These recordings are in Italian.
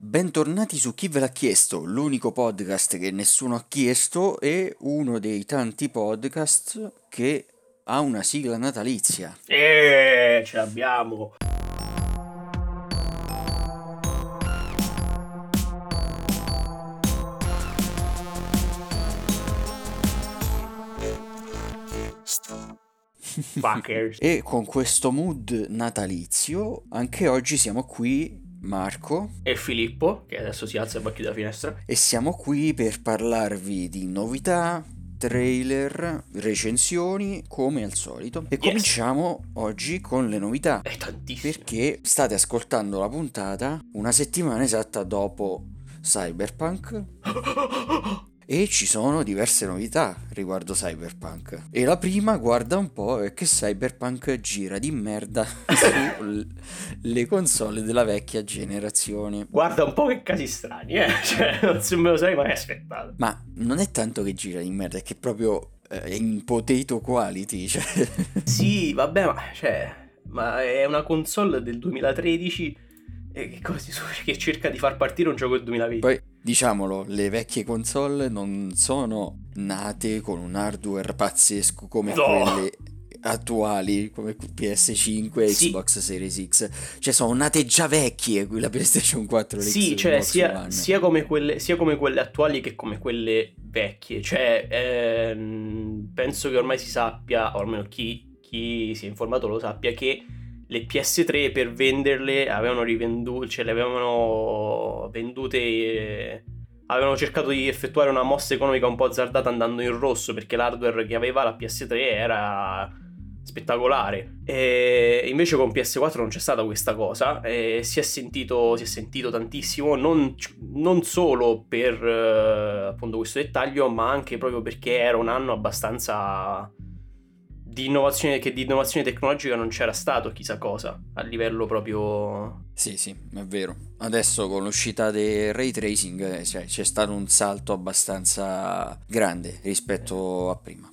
Bentornati su Chi ve l'ha chiesto, l'unico podcast che nessuno ha chiesto e uno dei tanti podcast che ha una sigla natalizia. Ce l'abbiamo. Fuckers. E con questo mood natalizio, anche oggi siamo qui, Marco, E Filippo, che adesso si alza e va a chiudere la finestra. e siamo qui per parlarvi di novità, trailer, recensioni, come al solito. E cominciamo oggi con le novità. È tantissimo. Perché state ascoltando la puntata una settimana esatta dopo Cyberpunk e ci sono diverse novità riguardo Cyberpunk. E la prima, guarda un po', è che Cyberpunk gira di merda sulle console della vecchia generazione. Guarda un po' che casi strani, Cioè, non se me lo sarei mai aspettato. Ma non è tanto che gira di merda, è che proprio è in potato quality, cioè. Sì, vabbè, ma è una console del 2013 che cerca di far partire un gioco del 2020. Poi, diciamolo, le vecchie console non sono nate con un hardware pazzesco come quelle attuali, come PS5 e Sì. Xbox Series X. Cioè, sono nate già vecchie, la PlayStation 4 e Sì, l'Xbox cioè One. sia come quelle attuali che come quelle vecchie. Cioè, penso che ormai si sappia, o almeno chi si è informato lo sappia, che le PS3 per venderle avevano rivenduto, cioè le avevano vendute, avevano cercato di effettuare una mossa economica un po' azzardata andando in rosso, perché l'hardware che aveva la PS3 era spettacolare. E invece con PS4 non c'è stata questa cosa, e si è sentito tantissimo, non solo per appunto questo dettaglio, ma anche proprio perché era un anno abbastanza di innovazione tecnologica. Non c'era stato chissà cosa a livello proprio. Sì, è vero. Adesso con l'uscita del ray tracing c'è stato un salto abbastanza grande rispetto a prima.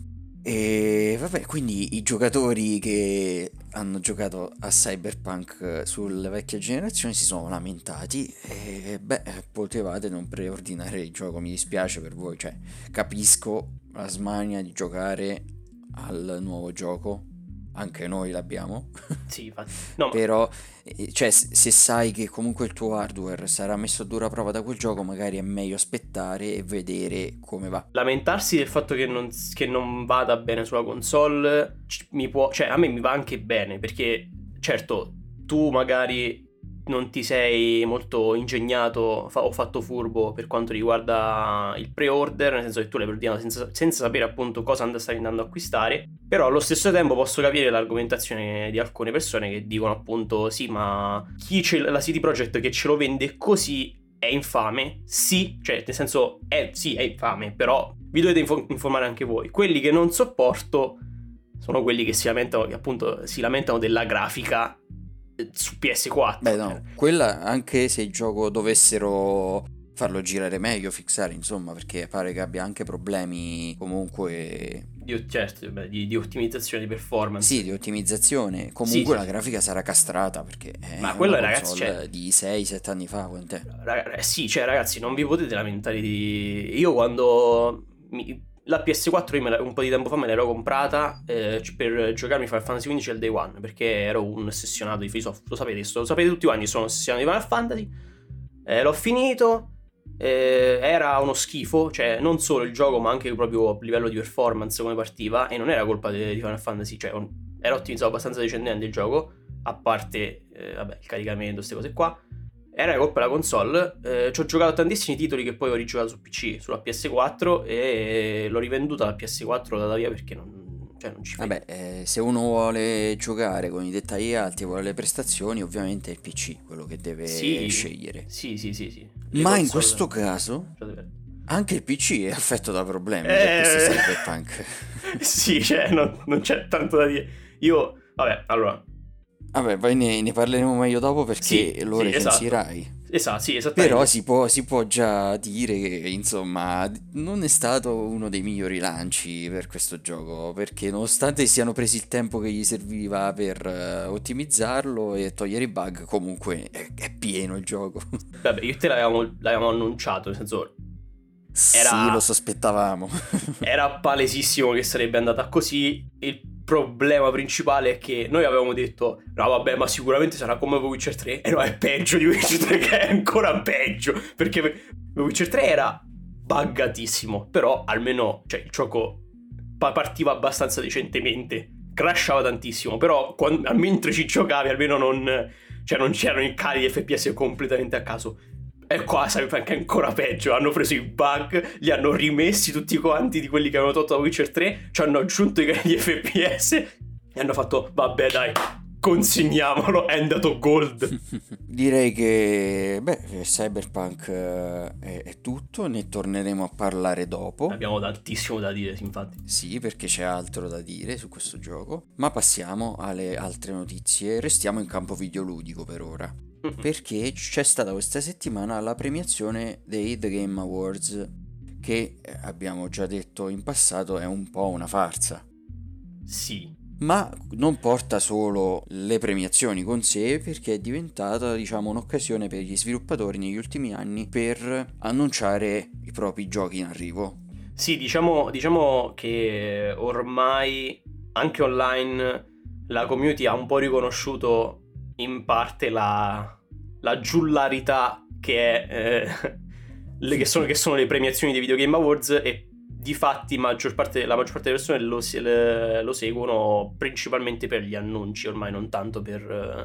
E vabbè, quindi i giocatori che hanno giocato a Cyberpunk sulla vecchia generazione si sono lamentati e potevate non preordinare il gioco, mi dispiace per voi, cioè capisco la smania di giocare al nuovo gioco, anche noi l'abbiamo. Sì, infatti. No, ma Però cioè, se sai che comunque il tuo hardware sarà messo a dura prova da quel gioco, magari è meglio aspettare e vedere come va. lamentarsi del fatto che non vada bene sulla console cioè a me mi va anche bene, perché certo tu magari non ti sei molto ingegnato o fatto furbo per quanto riguarda il pre-order, nel senso che tu l'hai preordinato senza sapere appunto cosa stavi andando a acquistare. Però allo stesso tempo posso capire l'argomentazione di alcune persone che dicono appunto sì, ma la CD Projekt che ce lo vende così è infame. Sì, cioè nel senso sì, è infame, però vi dovete informare anche voi. Quelli che non sopporto sono quelli che si lamentano della grafica su PS4. Beh no, quella anche se il gioco dovessero farlo girare meglio, fixare insomma, perché pare che abbia anche problemi comunque di ottimizzazione di performance. Sì, di ottimizzazione. Comunque la grafica sarà castrata perché è una console di 6-7 anni fa, quant'è? Sì, cioè ragazzi, non vi potete lamentare Io quando la PS4 un po' di tempo fa me l'ero comprata per giocarmi Final Fantasy XV al day one, perché ero un ossessionato di Ubisoft. Lo sapete tutti quanti, sono ossessionato di Final Fantasy. L'ho finito. Era uno schifo, cioè non solo il gioco ma anche proprio a livello di performance come partiva, e non era colpa di Final Fantasy, cioè era ottimizzato abbastanza decentemente il gioco, a parte il caricamento, queste cose qua. Era colpa della console. Ci ho giocato a tantissimi titoli che poi ho rigiocato su PC, sulla PS4, e l'ho rivenduta la PS4, l'ho data via perché non ci fa. Vabbè, se uno vuole giocare con i dettagli alti e vuole le prestazioni, ovviamente è il PC quello che deve scegliere. Sì. Ma in questo caso anche il PC è affetto da problemi per questo Cyberpunk. Sì, cioè non c'è tanto da dire. Vabbè, allora. Vabbè, poi ne parleremo meglio dopo perché lo recensierai. Esatto, sì, Però esattamente. si può già dire che, insomma, non è stato uno dei migliori lanci per questo gioco, perché nonostante siano presi il tempo che gli serviva per ottimizzarlo e togliere i bug, comunque è pieno il gioco. Vabbè, io e te l'avevamo annunciato, nel senso, Sì, lo era, sospettavamo. era palesissimo che sarebbe andata così. Il problema principale è che noi avevamo detto, no vabbè, ma sicuramente sarà come The Witcher 3, e no, è peggio di Witcher 3, che è ancora peggio, perché The Witcher 3 era buggatissimo, però almeno, cioè, il gioco partiva abbastanza decentemente, crashava tantissimo, però mentre ci giocavi almeno non c'erano i cali di FPS completamente a caso. E qua sarebbe anche ancora peggio. Hanno preso i bug, li hanno rimessi tutti quanti di quelli che avevano tolto da Witcher 3, ci hanno aggiunto i cali di FPS e hanno fatto, vabbè dai, consegniamolo, è andato gold. Direi che, beh, Cyberpunk è tutto, ne torneremo a parlare dopo. Abbiamo tantissimo da dire, sì, infatti. Sì, perché c'è altro da dire su questo gioco, ma passiamo alle altre notizie. Restiamo in campo videoludico per ora, perché c'è stata questa settimana la premiazione dei The Game Awards, che abbiamo già detto in passato è un po' una farsa. Sì. Ma non porta solo le premiazioni con sé, perché è diventata, diciamo, un'occasione per gli sviluppatori negli ultimi anni per annunciare i propri giochi in arrivo. Sì, diciamo che ormai anche online la community ha un po' riconosciuto in parte la giullarità che è, che sono le premiazioni dei Video Game Awards, e difatti la maggior parte delle persone lo seguono principalmente per gli annunci, ormai non tanto per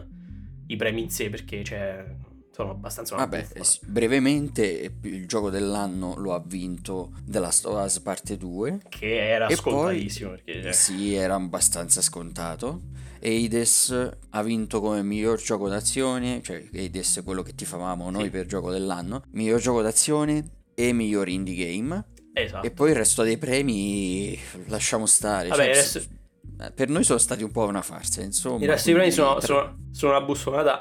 i premi in sé, perché sono abbastanza una Vabbè, bufala. brevemente il gioco dell'anno lo ha vinto The Last of Us Parte 2 Che era e poi scontatissimo, perché sì, era abbastanza scontato. Hades ha vinto come miglior gioco d'azione, cioè Hades è quello che tifavamo noi sì, per gioco dell'anno, miglior gioco d'azione e miglior indie game. E esatto. poi il resto dei premi lasciamo stare, Vabbè, cioè, adesso, per noi sono stati un po' una farsa, i insomma, resti dei premi quindi sono una bussolata.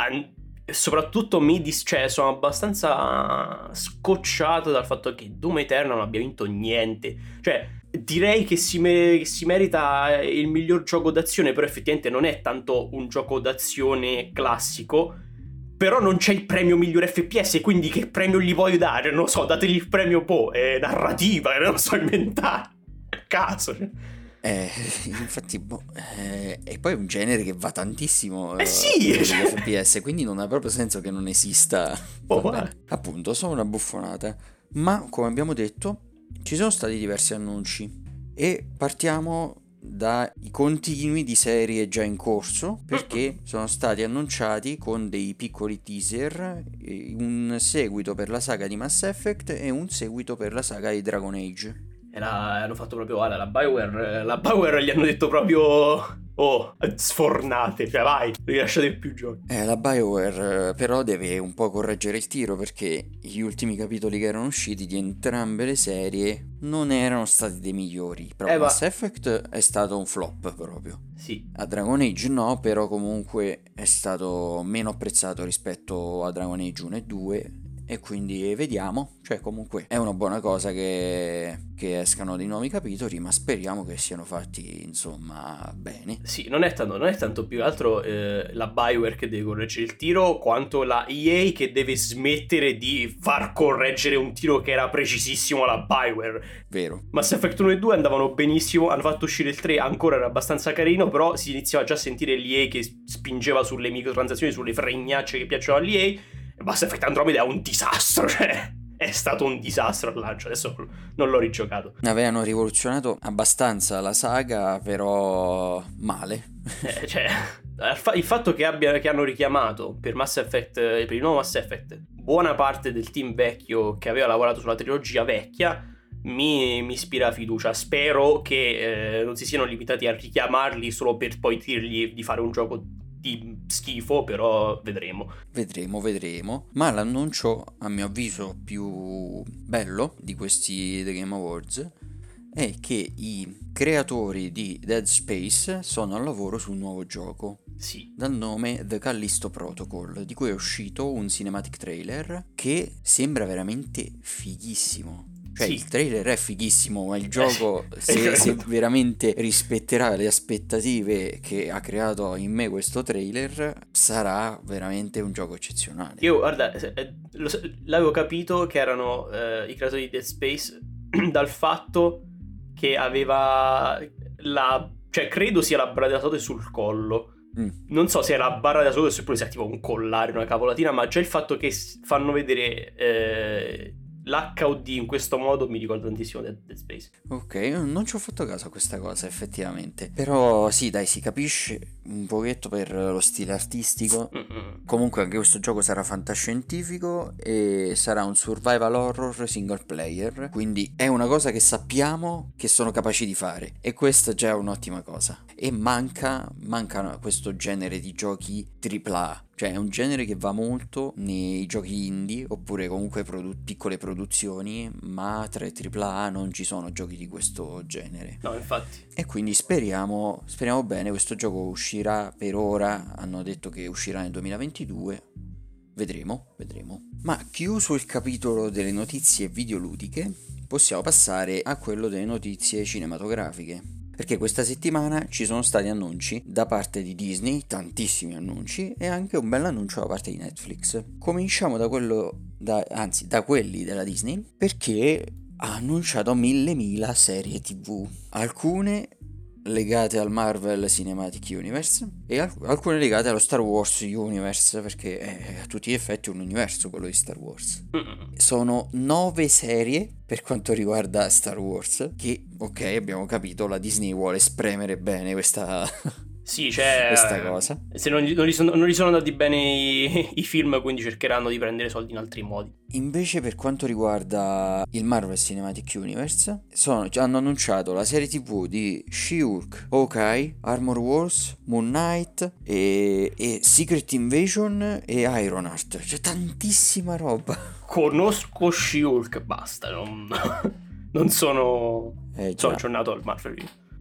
E soprattutto cioè, sono abbastanza scocciato dal fatto che Doom Eternal non abbia vinto niente. Cioè, direi che che si merita il miglior gioco d'azione, però effettivamente non è tanto un gioco d'azione classico. Però non c'è il premio miglior FPS, quindi che premio gli voglio dare? Non lo so, dategli il premio narrativa, non lo so, inventare. A caso. Cioè. Eh, infatti, boh, e poi è un genere che va tantissimo, Sì! quello degli Cioè. FPS, quindi non ha proprio senso che non esista. Oh, Va bene, appunto, sono una buffonata. Ma, come abbiamo detto, ci sono stati diversi annunci e partiamo dai continui di serie già in corso, perché sono stati annunciati con dei piccoli teaser un seguito per la saga di Mass Effect e un seguito per la saga di Dragon Age. Hanno fatto proprio, guarda, la Bioware gli hanno detto proprio, oh, sfornate, cioè vai, rilasciate più giochi. La BioWare però deve un po' correggere il tiro, perché gli ultimi capitoli che erano usciti di entrambe le serie non erano stati dei migliori. Però Ma Mass Effect è stato un flop proprio. sì, A Dragon Age no, però comunque è stato meno apprezzato rispetto a Dragon Age 1 e 2. E quindi vediamo, cioè comunque è una buona cosa che escano dei nuovi capitoli, ma speriamo che siano fatti insomma bene. sì, non è tanto più che altro la Bioware che deve correggere il tiro, quanto la EA che deve smettere di far correggere un tiro che era precisissimo alla Bioware. Vero. Mass Effect 1 e 2 andavano benissimo, hanno fatto uscire il 3, ancora era abbastanza carino, però si iniziava già a sentire l'EA che spingeva sulle microtransazioni, sulle fregnacce che piacciono all'EA. E Mass Effect Andromeda è un disastro, cioè è stato un disastro al lancio, adesso non l'ho rigiocato. Avevano rivoluzionato abbastanza la saga, però male. Cioè, il fatto che hanno richiamato per Mass Effect, per il nuovo Mass Effect, buona parte del team vecchio che aveva lavorato sulla trilogia vecchia, mi ispira fiducia. Spero che non si siano limitati a richiamarli solo per poi dirgli di fare un gioco di schifo, però vedremo. Vedremo. Ma l'annuncio, a mio avviso, più bello di questi The Game Awards è che i creatori di Dead Space sono al lavoro su un nuovo gioco. Sì. dal nome The Callisto Protocol, di cui è uscito un cinematic trailer che sembra veramente fighissimo. Cioè, Sì. il trailer è fighissimo, ma il Sì. gioco, se veramente rispetterà le aspettative che ha creato in me questo trailer, sarà veramente un gioco eccezionale. Io, guarda, l'avevo capito che erano i creatori di Dead Space dal fatto che aveva cioè, credo sia la barra della salute sul collo. Non so se è la barra della salute oppure se è tipo un collare, una cavolatina, ma già il fatto che fanno vedere l'HUD in questo modo mi ricorda tantissimo Dead Space. Ok, non ci ho fatto caso a questa cosa effettivamente. Però sì, dai, si capisce un pochetto per lo stile artistico. Comunque anche questo gioco sarà fantascientifico e sarà un survival horror single player. Quindi è una cosa che sappiamo che sono capaci di fare. E questa già è un'ottima cosa. E manca questo genere di giochi AAA. Cioè è un genere che va molto nei giochi indie oppure comunque piccole produzioni, ma tra i AAA non ci sono giochi di questo genere. No, infatti. E quindi speriamo bene, questo gioco uscirà per ora, hanno detto che uscirà nel 2022, vedremo. Ma chiuso il capitolo delle notizie videoludiche, possiamo passare a quello delle notizie cinematografiche. Perché questa settimana ci sono stati annunci da parte di Disney, tantissimi annunci, e anche un bel annuncio da parte di Netflix. Cominciamo da quelli della Disney, perché ha annunciato mille serie TV. Alcune legate al Marvel Cinematic Universe e alcune legate allo Star Wars Universe, perché è a tutti gli effetti un universo quello di Star Wars. Sono 9 serie per quanto riguarda Star Wars, che ok, abbiamo capito, la Disney vuole spremere bene questa sì, cioè, questa cosa. Se non gli sono andati bene i film, quindi cercheranno di prendere soldi in altri modi. Invece per quanto riguarda il Marvel Cinematic Universe, hanno annunciato la serie TV di She-Hulk, Hawkeye, Armor Wars, Moon Knight e Secret Invasion e Ironheart. C'è tantissima roba. Conosco She-Hulk, basta, non sono aggiornato al Marvel.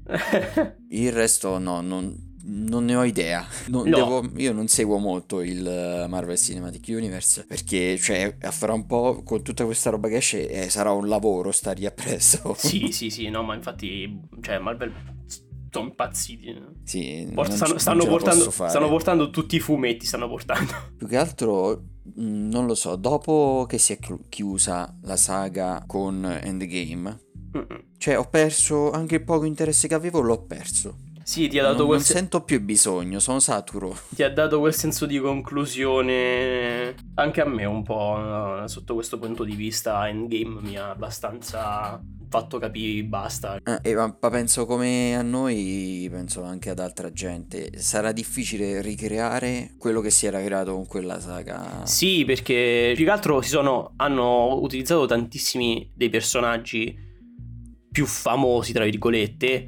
Il resto no, non ne ho idea. Io non seguo molto il Marvel Cinematic Universe, perché cioè fra un po' con tutta questa roba che esce sarà un lavoro stargli appresso. Sì, no, ma infatti cioè Marvel sono impazziti. Sì, stanno portando tutti i fumetti, stanno portando. Più che altro non lo so, dopo che si è chiusa la saga con Endgame, cioè ho perso anche il poco interesse che avevo, l'ho perso. Sì, ti ha dato non sento più bisogno, sono saturo. Ti ha dato quel senso di conclusione anche a me un po', sotto questo punto di vista Endgame mi ha abbastanza fatto capire basta. Ma penso come a noi, penso anche ad altra gente, sarà difficile ricreare quello che si era creato con quella saga. Sì, perché più che altro hanno utilizzato tantissimi dei personaggi più famosi, tra virgolette,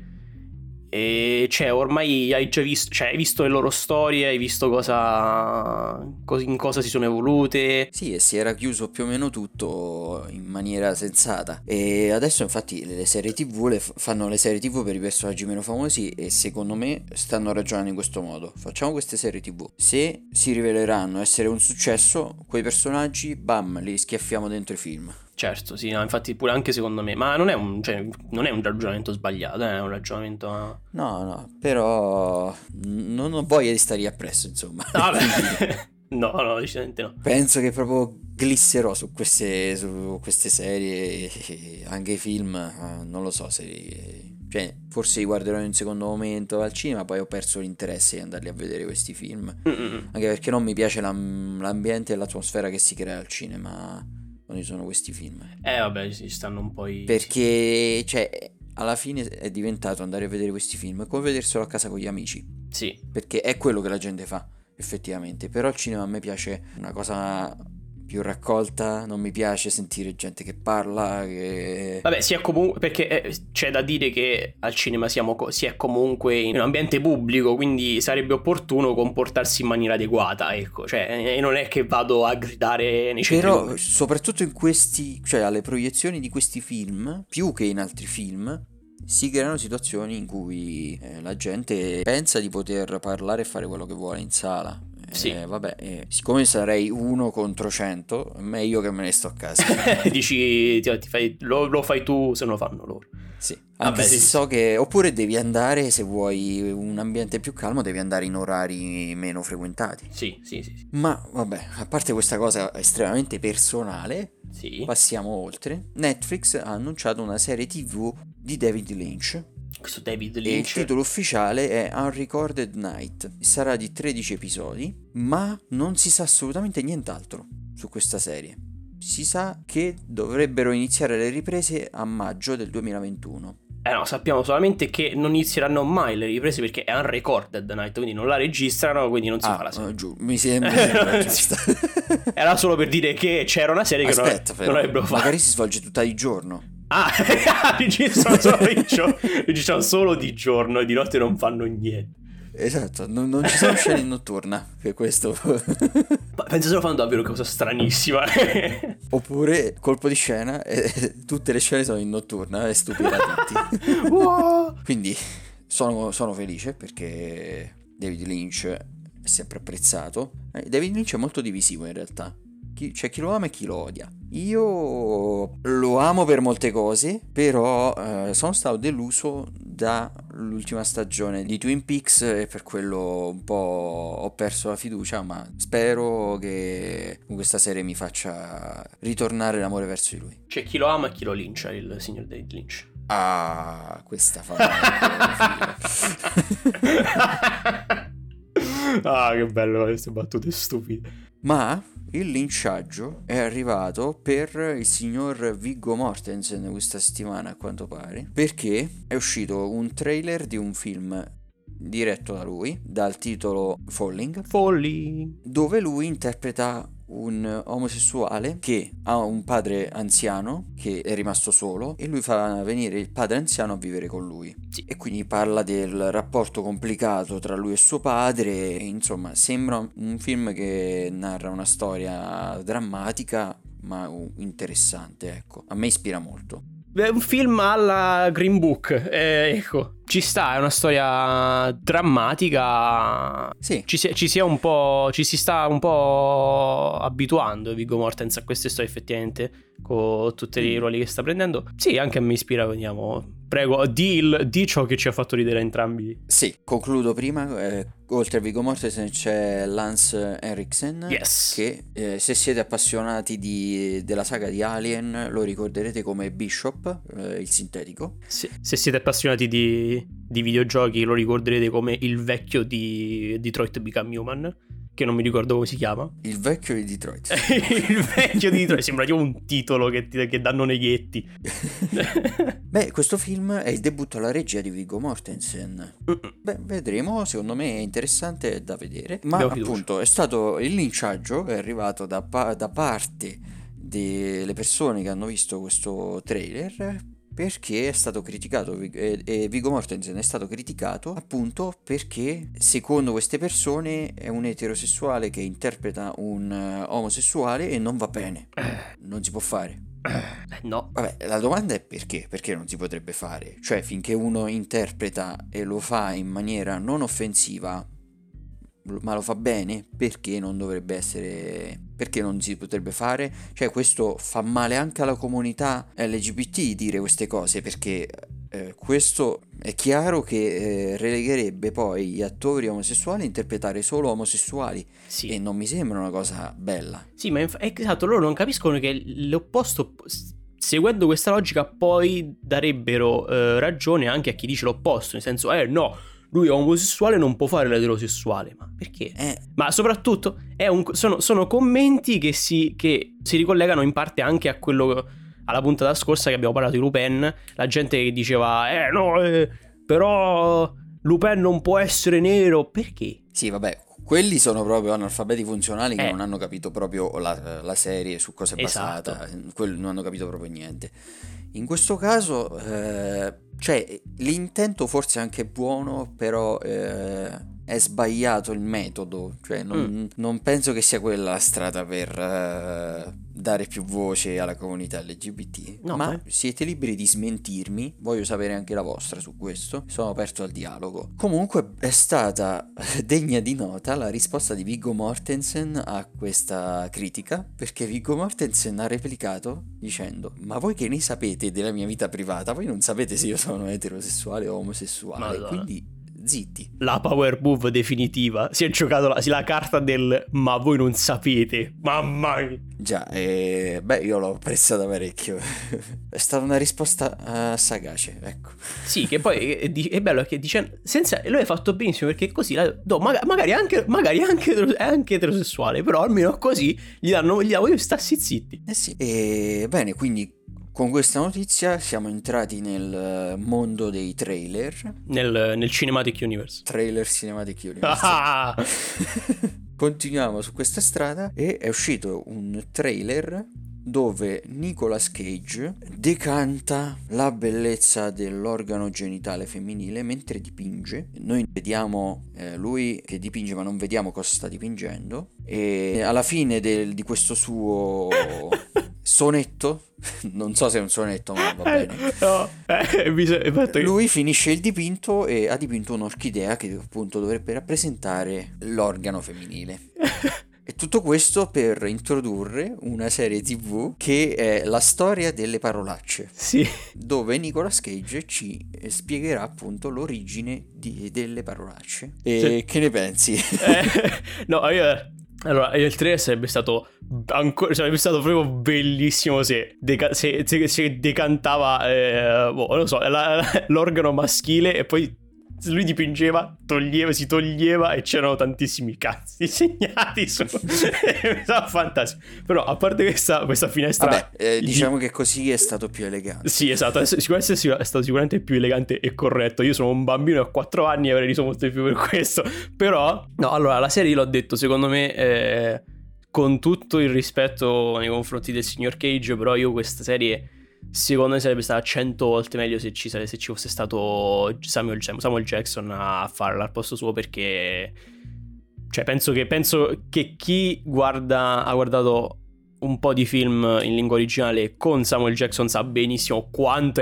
e cioè ormai hai già visto, cioè hai visto le loro storie, hai visto in cosa si sono evolute. Sì, e si era chiuso più o meno tutto in maniera sensata. E adesso infatti le serie TV fanno le serie TV per i personaggi meno famosi, e secondo me stanno ragionando in questo modo: facciamo queste serie TV, se si riveleranno essere un successo quei personaggi, bam, li schiaffiamo dentro i film. Certo, sì, no, infatti pure anche secondo me, ma non è un ragionamento sbagliato, è un ragionamento... No, però non ho voglia di stargli appresso, insomma. No, decisamente no. Penso che proprio glisserò su queste serie, e anche i film, non lo so se... Cioè, forse li guarderò in un secondo momento al cinema, poi ho perso l'interesse di andarli a vedere questi film. Anche perché non mi piace l'ambiente e l'atmosfera che si crea al cinema quando ci sono questi film. Vabbè, ci stanno un po'. Perché, cioè, alla fine è diventato andare a vedere questi film come vederselo a casa con gli amici. Sì. Perché è quello che la gente fa, effettivamente. Però al cinema a me piace una cosa più raccolta, non mi piace sentire gente che parla, che... Vabbè, sia comunque, perché c'è da dire che al cinema si è comunque in un ambiente pubblico, quindi sarebbe opportuno comportarsi in maniera adeguata, ecco, cioè non è che vado a gridare nei centri. Però soprattutto in questi, cioè alle proiezioni di questi film, più che in altri film, si creano situazioni in cui la gente pensa di poter parlare e fare quello che vuole in sala. Sì. Vabbè, siccome sarei 1 contro 100, è meglio che me ne sto a casa. Dici, lo fai tu se non lo fanno loro. Sì, anche Vabbè, se sì. so che... Oppure devi andare, se vuoi un ambiente più calmo, devi andare in orari meno frequentati. Sì. Ma vabbè, a parte questa cosa estremamente personale, Sì. passiamo oltre. Netflix ha annunciato una serie TV di David Lynch. Questo David E il Lynch. titolo ufficiale è Unrecorded Night. Sarà di 13 episodi, ma non si sa assolutamente nient'altro su questa serie. Si sa che dovrebbero iniziare le riprese a maggio del 2021. No, sappiamo solamente che non inizieranno mai le riprese perché è Unrecorded Night, quindi non la registrano, quindi non si fa la serie. Giù, mi sembra giusto. Era solo per dire che c'era una serie che Aspetta, non però, avrebbero fatto. magari si svolge tutta di giorno. Registrano solo di giorno e di notte non fanno niente. Esatto, non ci sono scene in notturna, per questo. Ma penso se lo fanno davvero cosa stranissima. Oppure colpo di scena e tutte le scene sono in notturna e stupida tutti. Wow. Quindi sono felice perché David Lynch è sempre apprezzato. David Lynch è molto divisivo in realtà. C'è chi lo ama e chi lo odia. Io lo amo per molte cose, però sono stato deluso dall'ultima stagione di Twin Peaks e per quello un po' ho perso la fiducia, ma spero che con questa serie mi faccia ritornare l'amore verso di lui. C'è chi lo ama e chi lo lincia, il signor David Lynch. Ah, questa fa Ah, che bello queste battute stupide. Ma il linciaggio è arrivato per il signor Viggo Mortensen questa settimana, a quanto pare, perché è uscito un trailer di un film diretto da lui, dal titolo Falling, dove lui interpreta un omosessuale che ha un padre anziano che è rimasto solo e lui fa venire il padre anziano a vivere con lui. Sì. E quindi parla del rapporto complicato tra lui e suo padre. Insomma, sembra un film che narra una storia drammatica ma interessante, ecco. A me ispira molto. È un film alla Green Book, ecco, ci sta, è una storia drammatica. Sì. Ci si sta un po' abituando Viggo Mortensen a queste storie effettivamente, con tutti i ruoli che sta prendendo. Sì, anche a me ispira, vediamo. Prego, di ciò che ci ha fatto ridere entrambi. Sì, concludo prima. Oltre a Viggo Mortensen c'è Lance Henriksen, Yes. che se siete appassionati della saga di Alien lo ricorderete come Bishop, il sintetico. Se siete appassionati di videogiochi lo ricorderete come il vecchio di Detroit Become Human, che non mi ricordo come si chiama. Il vecchio di Detroit. Il vecchio di Detroit, sembra tipo un titolo che danno nei ghetti. Beh, questo film è il debutto alla regia di Viggo Mortensen. Beh, vedremo, secondo me è interessante da vedere. Ma appunto è stato il linciaggio, è arrivato da parte delle persone che hanno visto questo trailer, perché è stato criticato e Viggo Mortensen è stato criticato appunto perché secondo queste persone è un eterosessuale che interpreta un omosessuale e non va bene, non si può fare. No. Vabbè, la domanda è perché non si potrebbe fare? Cioè, finché uno interpreta e lo fa in maniera non offensiva, ma lo fa bene, perché non dovrebbe essere... perché non si potrebbe fare? Cioè, questo fa male anche alla comunità LGBT dire queste cose, perché questo è chiaro che relegherebbe poi gli attori omosessuali a interpretare solo omosessuali. Sì. E non mi sembra una cosa bella. Sì, ma esatto, loro non capiscono che l'opposto, seguendo questa logica, poi darebbero ragione anche a chi dice l'opposto, nel senso, no, lui è omosessuale, non può fare l'eterosessuale. Ma perché? Ma soprattutto sono commenti che si ricollegano in parte anche a quello, alla puntata scorsa che abbiamo parlato di Lupin, la gente che diceva però Lupin non può essere nero. Perché? Sì, vabbè, quelli sono proprio analfabeti funzionali che non hanno capito proprio la serie, su cosa è basata, quelli non hanno capito proprio niente. In questo caso, cioè, l'intento forse è anche buono, però è sbagliato il metodo, cioè non penso che sia quella la strada per dare più voce alla comunità LGBT, No, ma siete liberi di smentirmi, voglio sapere anche la vostra su questo, sono aperto al dialogo. Comunque è stata degna di nota la risposta di Viggo Mortensen a questa critica, perché Viggo Mortensen ha replicato dicendo: ma voi che ne sapete della mia vita privata? Voi non sapete se io sono eterosessuale o omosessuale, Madonna. quindi zitti. La power move definitiva. Si è giocato la carta del ma voi non sapete. Mamma mia. Già, beh, io l'ho apprezzata parecchio. È stata una risposta sagace, ecco. Sì, che poi è bello che dice senza, e lui ha fatto benissimo, perché così magari anche eterosessuale, però almeno così gli danno voglio starsi zitti. Eh sì. E bene, quindi con questa notizia siamo entrati nel mondo dei trailer. Nel Cinematic Universe. Trailer Cinematic Universe. Continuiamo su questa strada e è uscito un trailer dove Nicolas Cage decanta la bellezza dell'organo genitale femminile mentre dipinge. Noi vediamo lui che dipinge, ma non vediamo cosa sta dipingendo, e alla fine di questo suo sonetto, non so se è un sonetto, ma va bene, lui finisce il dipinto e ha dipinto un'orchidea che appunto dovrebbe rappresentare l'organo femminile. E tutto questo per introdurre una serie TV che è la storia delle parolacce. Sì. Dove Nicolas Cage ci spiegherà appunto l'origine delle parolacce. E che ne pensi? No, allora, il trailer sarebbe stato proprio bellissimo se decantava, non lo so, l'organo maschile e poi lui dipingeva, si toglieva e c'erano tantissimi cazzi disegnati su. Fantastico. Però a parte questa finestra, vabbè, diciamo che così è stato più elegante. Sì, esatto, sicuramente è stato sicuramente più elegante e corretto. Io sono un bambino a 4 anni e avrei riso molto di più per questo. Però no, allora la serie, l'ho detto, secondo me con tutto il rispetto nei confronti del signor Cage, però io questa serie secondo me sarebbe stata 100 volte meglio se ci fosse stato Samuel Jackson a farla al posto suo, perché cioè penso che chi ha guardato un po' di film in lingua originale con Samuel Jackson sa benissimo quanto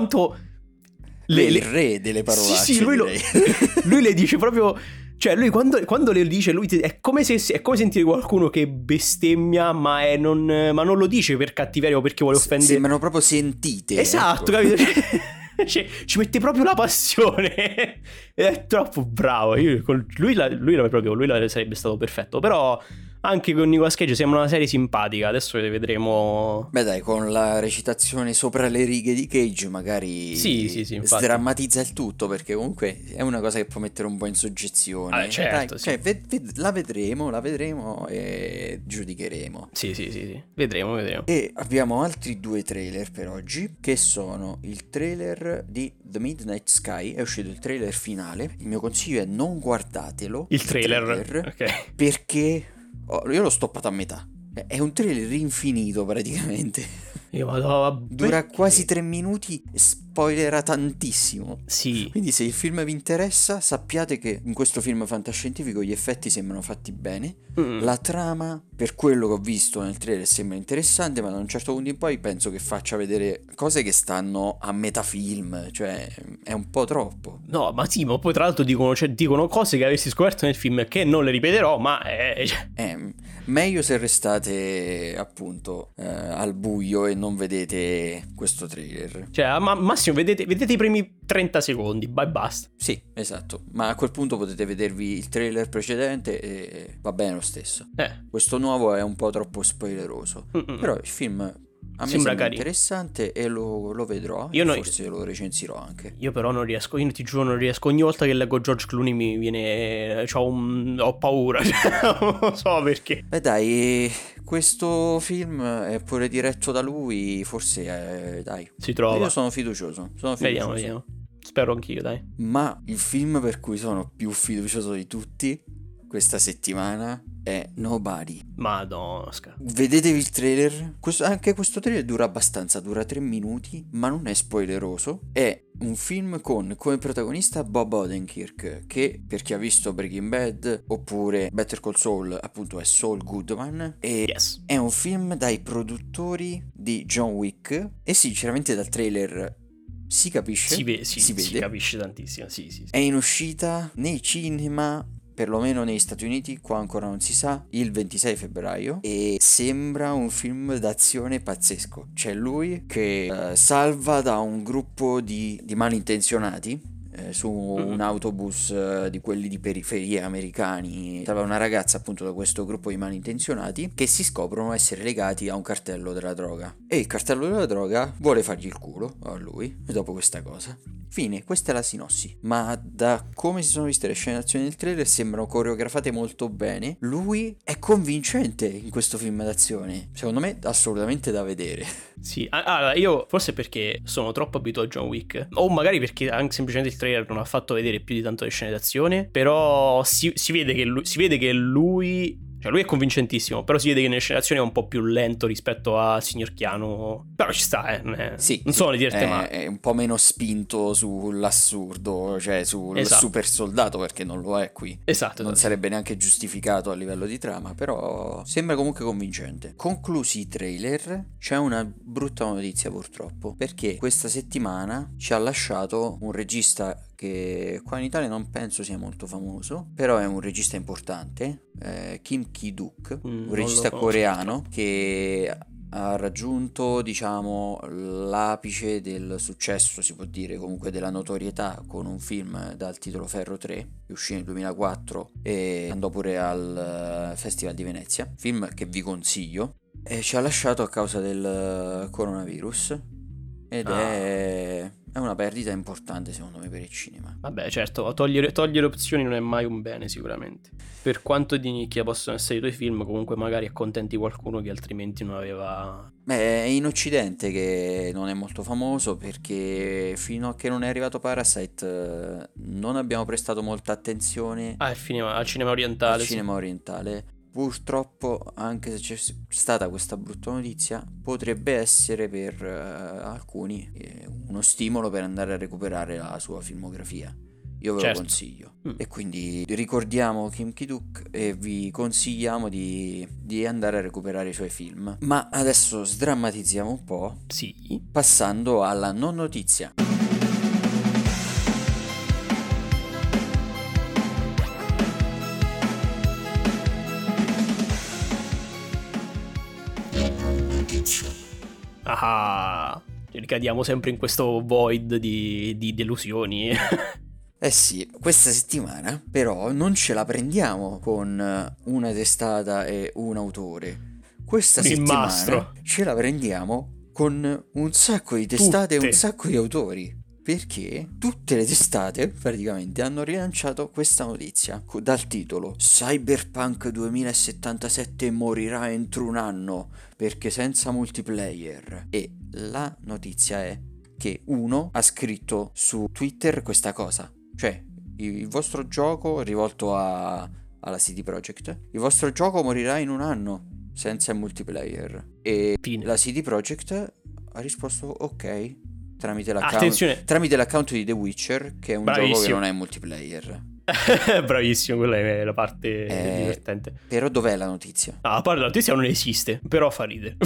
il re delle parolacce. Sì, lui le dice proprio. Cioè lui quando le dice, è come sentire qualcuno che bestemmia ma non lo dice per cattiveria o perché vuole offendere. Sembrano proprio sentite. Esatto, ecco. capito? Cioè, ci mette proprio la passione. È troppo bravo. Lui sarebbe stato perfetto. Però anche con Nicolas Cage sembra una serie simpatica. Adesso le vedremo. Beh dai, con la recitazione sopra le righe di Cage magari sì, infatti. sdrammatizza il tutto, perché comunque è una cosa che può mettere un po' in soggezione. Certo, dai, sì. Cioè, la vedremo e giudicheremo. Sì. Vedremo. E abbiamo altri 2 trailer per oggi, che sono il trailer di The Midnight Sky. È uscito il trailer finale. Il mio consiglio è non guardatelo. Il trailer. Ok. Perché io l'ho stoppato a metà. È un trailer infinito praticamente. Dura quasi 3 minuti e spoilerà tantissimo. Sì. Quindi se il film vi interessa, sappiate che in questo film fantascientifico gli effetti sembrano fatti bene. La trama, per quello che ho visto nel trailer, sembra interessante, ma da un certo punto in poi penso che faccia vedere cose che stanno a metà film. Cioè è un po' troppo. No, ma sì, ma poi tra l'altro dicono cose che avresti scoperto nel film, che non le ripeterò, ma meglio se restate appunto al buio e non vedete questo trailer. Cioè, massimo vedete i primi 30 secondi, basta. Sì, esatto. Ma a quel punto potete vedervi il trailer precedente e va bene lo stesso. Questo nuovo è un po' troppo spoileroso. Però il film a me sembra interessante e lo vedrò. Forse lo recensirò anche. Io però non riesco. Io ti giuro, non riesco. Ogni volta che leggo George Clooney mi viene. Ho paura. Non so perché. Beh dai, questo film è pure diretto da lui. Forse dai, si trova. Io sono fiducioso. Vediamo. Spero anch'io, dai. Ma il film per cui sono più fiducioso di tutti questa settimana è Nobody. Madonna. Vedetevi il trailer. Anche questo trailer dura abbastanza, dura 3 minuti, ma non è spoileroso. È un film con come protagonista Bob Odenkirk, che per chi ha visto Breaking Bad oppure Better Call Saul, appunto è Saul Goodman. E Yes. è un film dai produttori di John Wick. E sinceramente dal trailer si capisce, si vede. Si capisce tantissimo, sì. È in uscita nei cinema, perlomeno negli Stati Uniti, qua ancora non si sa, il 26 febbraio, e sembra un film d'azione pazzesco. C'è lui che salva da un gruppo di malintenzionati su un autobus di quelli di periferia americani. Salva una ragazza appunto da questo gruppo di malintenzionati che si scoprono essere legati a un cartello della droga, e il cartello della droga vuole fargli il culo a lui dopo questa cosa. Fine, questa è la sinossi. Ma da come si sono viste le scene d'azione del trailer sembrano coreografate molto bene. Lui è convincente in questo film d'azione. Secondo me assolutamente da vedere. Sì, allora io forse perché sono troppo abituato a John Wick, o magari perché anche semplicemente il trailer non ha fatto vedere più di tanto le scene d'azione, però si vede che lui cioè lui è convincentissimo, però si vede che nelle scene d'azione è un po' più lento rispetto a Signor Chiano. Però ci sta, Sì, non sono di dirti male. È un po' meno spinto sull'assurdo, cioè sul super soldato, perché non lo è qui. Esatto. Non sarebbe neanche giustificato a livello di trama, però sembra comunque convincente. Conclusi i trailer, c'è una brutta notizia purtroppo, perché questa settimana ci ha lasciato un regista che qua in Italia non penso sia molto famoso, però è un regista importante, Kim Ki-duk, un regista coreano che ha raggiunto, diciamo, l'apice del successo, si può dire, comunque della notorietà, con un film dal titolo Ferro 3, che uscì nel 2004 e andò pure al Festival di Venezia, film che vi consiglio, e ci ha lasciato a causa del coronavirus, ed è una perdita importante secondo me per il cinema. Vabbè, certo, togliere opzioni non è mai un bene sicuramente. Per quanto di nicchia possono essere i tuoi film, comunque magari accontenti qualcuno che altrimenti non aveva... Beh, è in Occidente che non è molto famoso, perché fino a che non è arrivato Parasite non abbiamo prestato molta attenzione al cinema orientale. Al cinema orientale. Purtroppo, anche se c'è stata questa brutta notizia, potrebbe essere per alcuni uno stimolo per andare a recuperare la sua filmografia. Io ve lo consiglio. E quindi ricordiamo Kim Ki-duk e vi consigliamo di andare a recuperare i suoi film. Ma adesso sdrammatizziamo un po', sì, passando alla non notizia. Ah, ricadiamo sempre in questo void di delusioni. Eh sì, questa settimana però non ce la prendiamo con una testata e un autore. Questa settimana ce la prendiamo con un sacco di testate e un sacco di autori. Perché tutte le testate praticamente hanno rilanciato questa notizia dal titolo Cyberpunk 2077 morirà entro un anno perché senza multiplayer. E la notizia è che uno ha scritto su Twitter questa cosa, cioè il vostro gioco, rivolto alla CD Projekt, il vostro gioco morirà in un anno senza il multiplayer. E la CD Projekt ha risposto ok, tramite l'account di The Witcher, che è un gioco che non è multiplayer. Bravissimo, quella è la parte divertente. Però dov'è la notizia? No, a parte la notizia non esiste, però fa ridere.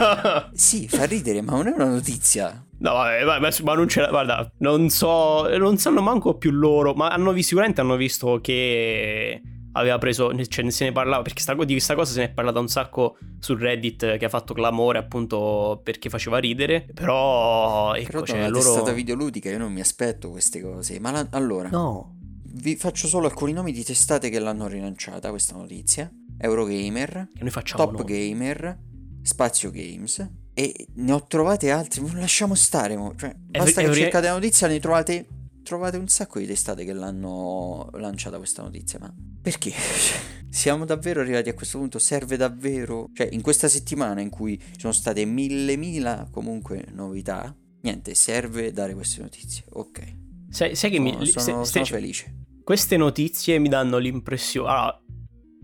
Sì, fa ridere, ma non è una notizia. No, vabbè, ma non ce la... Guarda, non sanno manco più loro, ma sicuramente hanno visto che aveva preso, cioè se ne parlava, perché di questa cosa se ne è parlata un sacco su Reddit, che ha fatto clamore appunto perché faceva ridere, però ecco, cioè loro... testata videoludica io non mi aspetto queste cose, ma allora... No. Vi faccio solo alcuni nomi di testate che l'hanno rilanciata questa notizia: Eurogamer, che noi facciamo Top Gamer, Spazio Games, e ne ho trovate altre, non lasciamo stare, cioè, basta che cercate la notizia, ne trovate un sacco di testate che l'hanno lanciata questa notizia. Ma perché? Siamo davvero arrivati a questo punto? Serve davvero? Cioè, in questa settimana in cui ci sono state mille comunque novità, niente, serve dare queste notizie. Ok. Sai che sono felice. Queste notizie mi danno l'impressione... Allora,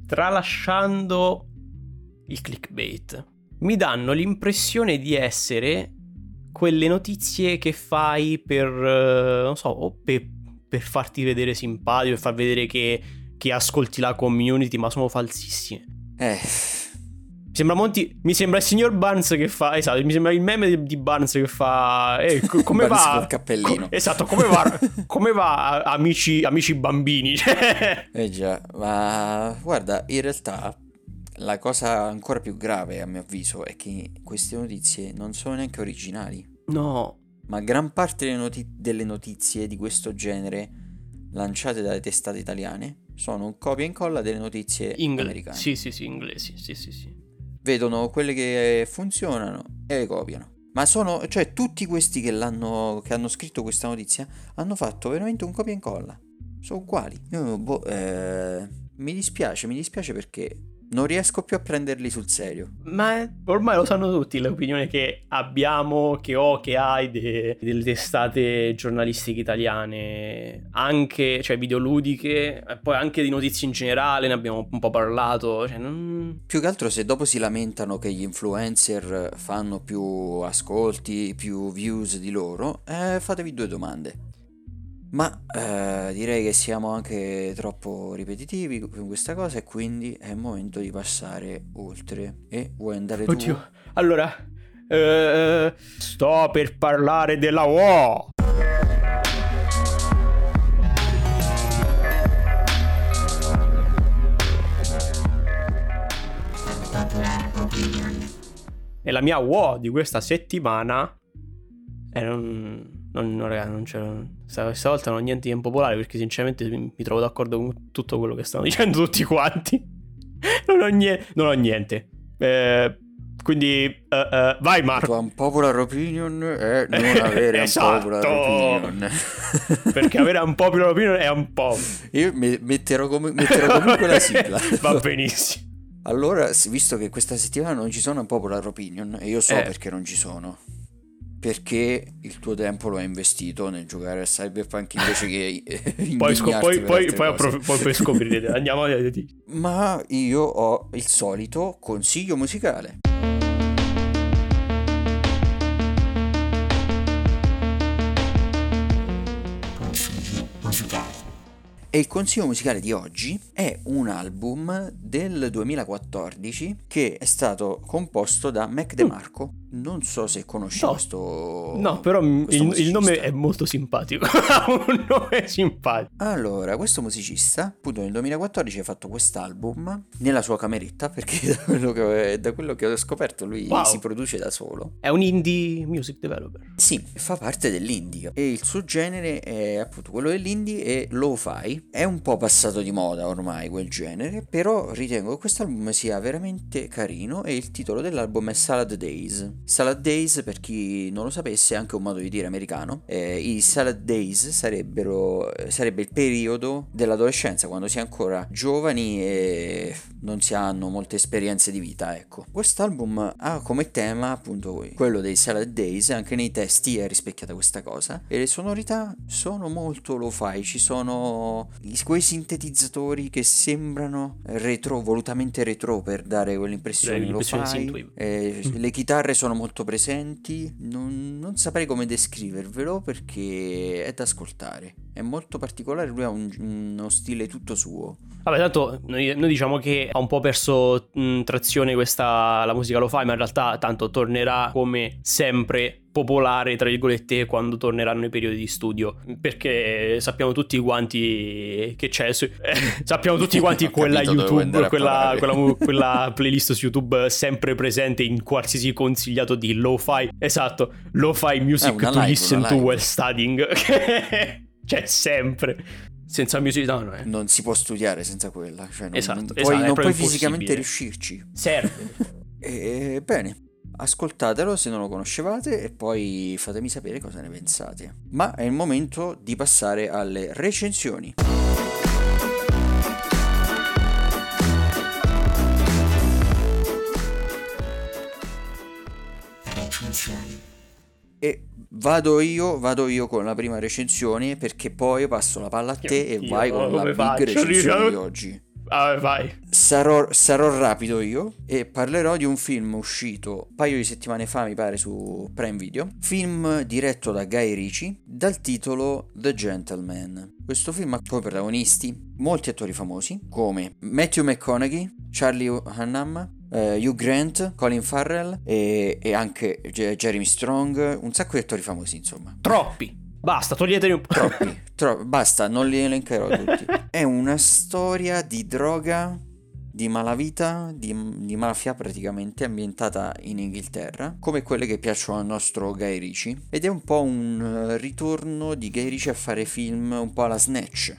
tralasciando il clickbait, mi danno l'impressione di essere quelle notizie che fai per, non so, o per farti vedere simpatico, per far vedere che ascolti la community, ma sono falsissime. Mi sembra il signor Barnes che fa, esatto, mi sembra il meme di Barnes che fa come va col cappellino. Esatto, come va amici bambini. Già, ma guarda, in realtà la cosa ancora più grave a mio avviso è che queste notizie non sono neanche originali. No. Ma gran parte delle notizie di questo genere lanciate dalle testate italiane sono un copia e incolla delle notizie americane. Sì, inglesi, sì. Vedono quelle che funzionano e le copiano. Ma cioè tutti questi che hanno scritto questa notizia hanno fatto veramente un copia e incolla. Sono uguali. Mi dispiace perché non riesco più a prenderli sul serio. Ma ormai lo sanno tutti l'opinione che abbiamo, che hai delle testate giornalistiche italiane, anche, cioè videoludiche, poi anche di notizie in generale, ne abbiamo un po' parlato. Più che altro se dopo si lamentano che gli influencer fanno più ascolti, più views di loro, fatevi due domande. Ma direi che siamo anche troppo ripetitivi con questa cosa e quindi è il momento di passare oltre. E vuoi andare tu? Oddio, allora, sto per parlare della WoW. E la mia WoW di questa settimana non c'era. Stavolta non ho niente di impopolare perché sinceramente mi trovo d'accordo con tutto quello che stanno dicendo tutti quanti. Non ho niente. Quindi vai Marco. La tua unpopular opinion è non avere esatto. Unpopular opinion. Perché avere unpopular opinion è un po'. Io metterò comunque la sigla. Va benissimo. Allora, visto che questa settimana non ci sono unpopular opinion, e io so perché non ci sono. Perché il tuo tempo lo hai investito nel giocare a Cyberpunk invece che poi per scoprire. Andiamo avanti. Ma io ho il solito consiglio musicale. E il consiglio musicale di oggi è un album del 2014 che è stato composto da Mac DeMarco. Non so se conosci questo. No, però il nome è molto simpatico. Un nome simpatico. Allora, questo musicista, appunto nel 2014 ha fatto quest'album nella sua cameretta, perché da quello che ho scoperto lui si produce da solo. È un indie music developer. Sì, fa parte dell'indie e il suo genere è appunto quello dell'indie e lo-fi. È un po' passato di moda ormai quel genere, però ritengo che quest'album sia veramente carino e il titolo dell'album è Salad Days. Salad Days, per chi non lo sapesse, è anche un modo di dire americano. I Salad Days sarebbe il periodo dell'adolescenza, quando si è ancora giovani e non si hanno molte esperienze di vita, ecco. Quest'album ha come tema appunto quello dei Salad Days, anche nei testi è rispecchiata questa cosa e le sonorità sono molto lo-fi, ci sono quei sintetizzatori che sembrano volutamente retro per dare quell'impressione lo-fi. Le chitarre sono molto presenti, non saprei come descrivervelo perché è da ascoltare, è molto particolare, lui ha uno stile tutto suo. Vabbè, tanto noi diciamo che ha un po' perso trazione la musica lo-fi, ma in realtà tanto tornerà come sempre popolare tra virgolette quando torneranno i periodi di studio, perché sappiamo tutti quanti che c'è sappiamo tutti quanti quella YouTube, quella playlist su YouTube sempre presente in qualsiasi consigliato di lo-fi, esatto, lo-fi music to listen to while studying. C'è sempre. Senza music non si può studiare senza quella, cioè non puoi fisicamente riuscirci. Serve. Bene, ascoltatelo se non lo conoscevate e poi fatemi sapere cosa ne pensate. Ma è il momento di passare alle recensioni. E vado io con la prima recensione, perché poi passo la palla a te e vai con la big recensione di oggi. Vai. Sarò rapido io e parlerò di un film uscito un paio di settimane fa, mi pare, su Prime Video. Film diretto da Guy Ritchie dal titolo The Gentleman. Questo film ha come protagonisti molti attori famosi come Matthew McConaughey, Charlie Hunnam, Hugh Grant, Colin Farrell e anche Jeremy Strong, un sacco di attori famosi, insomma. Troppi. Basta, toglieteli un po'. Troppi, basta, non li elencherò tutti. È una storia di droga, di malavita, di mafia praticamente, ambientata in Inghilterra, come quelle che piacciono al nostro Guy Ritchie. Ed è un po' un ritorno di Guy Ritchie a fare film un po' alla Snatch.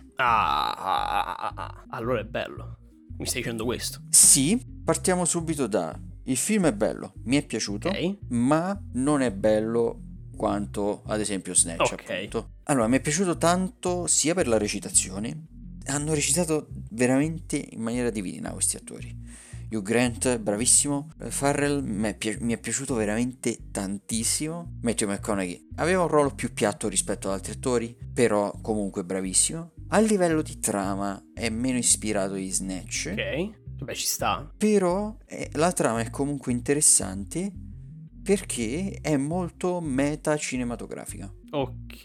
Allora è bello. Mi stai dicendo questo? Sì, partiamo subito da... Il film è bello, mi è piaciuto, Ok. ma non è bello quanto ad esempio Snatch, Ok. appunto. Allora, mi è piaciuto tanto sia per la recitazione, hanno recitato veramente in maniera divina questi attori. Hugh Grant, bravissimo. Farrell mi è piaciuto veramente tantissimo. Matthew McConaughey aveva un ruolo più piatto rispetto ad altri attori, però comunque bravissimo. A livello di trama è meno ispirato di Snatch, Ok. Vabbè, ci sta. però la trama è comunque interessante perché è molto meta cinematografica. Ok.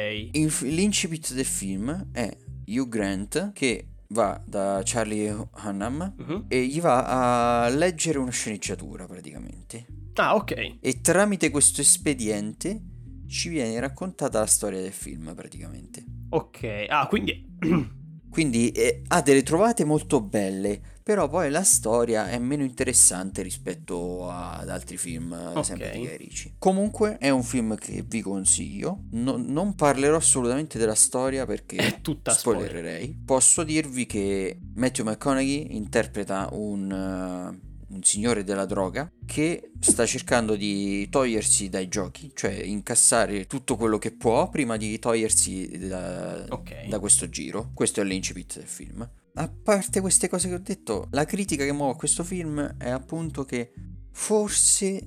L'incipit del film è Hugh Grant che va da Charlie Hunnam Mhm. e gli va a leggere una sceneggiatura praticamente. Ah, ok. E tramite questo espediente ci viene raccontata la storia del film praticamente. Ok. Ah, quindi... Quindi ha delle trovate molto belle, però poi la storia è meno interessante rispetto ad altri film, sempre di Guy Ritchie. Comunque è un film che vi consiglio. Non parlerò assolutamente della storia perché È tutta spoilererei. Posso dirvi che Matthew McConaughey interpreta un signore della droga che sta cercando di togliersi dai giochi, cioè incassare tutto quello che può prima di togliersi da questo giro. Questo è l'incipit del film. A parte queste cose che ho detto, la critica che muovo a questo film è appunto che forse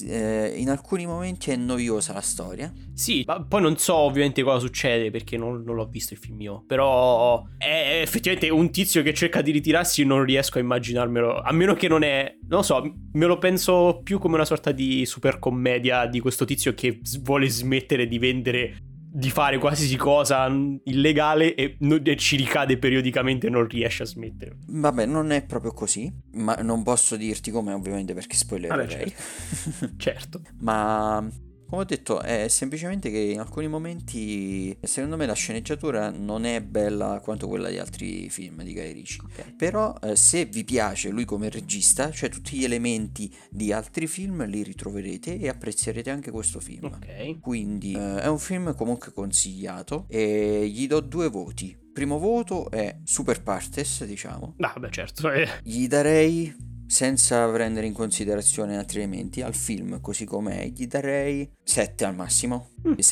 in alcuni momenti è noiosa la storia. Sì, ma poi non so ovviamente cosa succede perché non l'ho visto il film io. Però è effettivamente un tizio che cerca di ritirarsi, non riesco a immaginarmelo. A meno che non è, non lo so, me lo penso più come una sorta di super commedia di questo tizio che vuole smettere di vendere, di fare qualsiasi cosa illegale e ci ricade periodicamente e non riesce a smettere. Vabbè, non è proprio così, ma non posso dirti come ovviamente perché spoilererei. Certo. Ma come ho detto è semplicemente che in alcuni momenti secondo me la sceneggiatura non è bella quanto quella di altri film di Guy Ritchie. Okay. Però se vi piace lui come regista, cioè tutti gli elementi di altri film li ritroverete e apprezzerete anche questo film. Ok. Quindi è un film comunque consigliato e gli do 2 voti. Primo voto è super partes, diciamo. Ah, beh, certo. Gli darei, senza prendere in considerazione altri elementi, al film così com'è, gli darei 7 al massimo.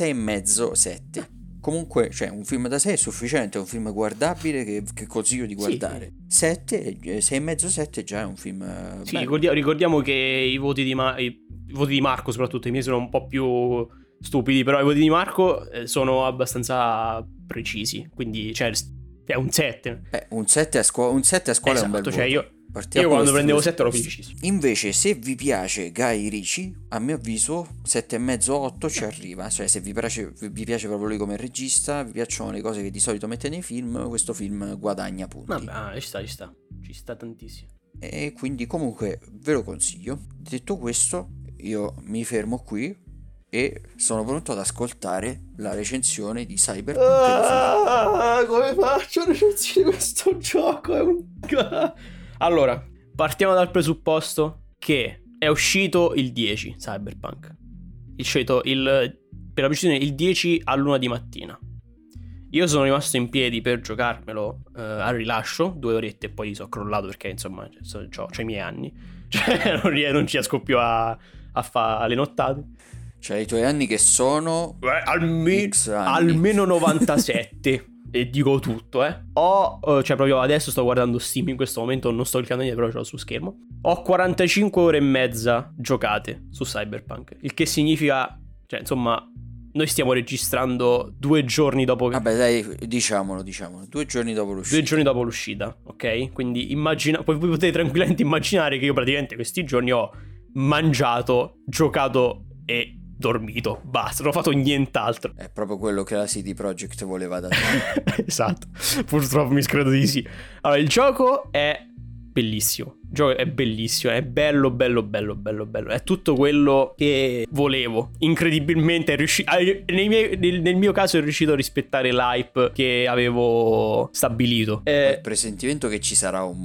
6,5, 7. Comunque, cioè, un film da 6 è sufficiente, è un film guardabile che consiglio di guardare. 7, 6,5, 7 già è un film sì, ricordiamo che i voti di Marco, soprattutto i miei, sono un po' più stupidi, però i voti di Marco sono abbastanza precisi, quindi cioè è un 7. Un 7 a scuola Esatto, è un bel voto. Cioè io quando prendevo 7 ero felicissimo. Invece se vi piace Guy Ritchie, a mio avviso 7,5, 8 ci arriva. Cioè se vi piace proprio lui come regista, vi piacciono le cose che di solito mette nei film, questo film guadagna punti. Vabbè, ci sta tantissimo. E quindi comunque ve lo consiglio. Detto questo, io mi fermo qui e sono pronto ad ascoltare la recensione di Cyberpunk. Come faccio a recensire questo gioco? Allora, partiamo dal presupposto che è uscito il 10 Cyberpunk. È uscito per la precisione il 10 all'1 di mattina. Io sono rimasto in piedi per giocarmelo al rilascio 2 orette e poi sono crollato perché insomma c'ho i miei anni. Cioè non ci riesco più a fare le nottate. Cioè i tuoi anni che sono almeno 97. E dico tutto, cioè proprio adesso sto guardando Steam in questo momento, non sto cliccando niente, però ce l'ho su schermo. Ho 45 ore e mezza giocate su Cyberpunk, il che significa, cioè insomma, noi stiamo registrando 2 giorni dopo. Vabbè, dai, diciamolo. 2 giorni dopo l'uscita. 2 giorni dopo l'uscita, ok? Quindi voi potete tranquillamente immaginare che io praticamente questi giorni ho mangiato, giocato e dormito. Basta, non ho fatto nient'altro. È proprio quello che la CD Projekt voleva da te. Esatto, purtroppo mi credo di sì. Allora, il gioco è bellissimo. Il gioco è bellissimo, è bello. È tutto quello che volevo. Incredibilmente nel mio caso è riuscito a rispettare l'hype che avevo stabilito. Ho il presentimento che ci sarà un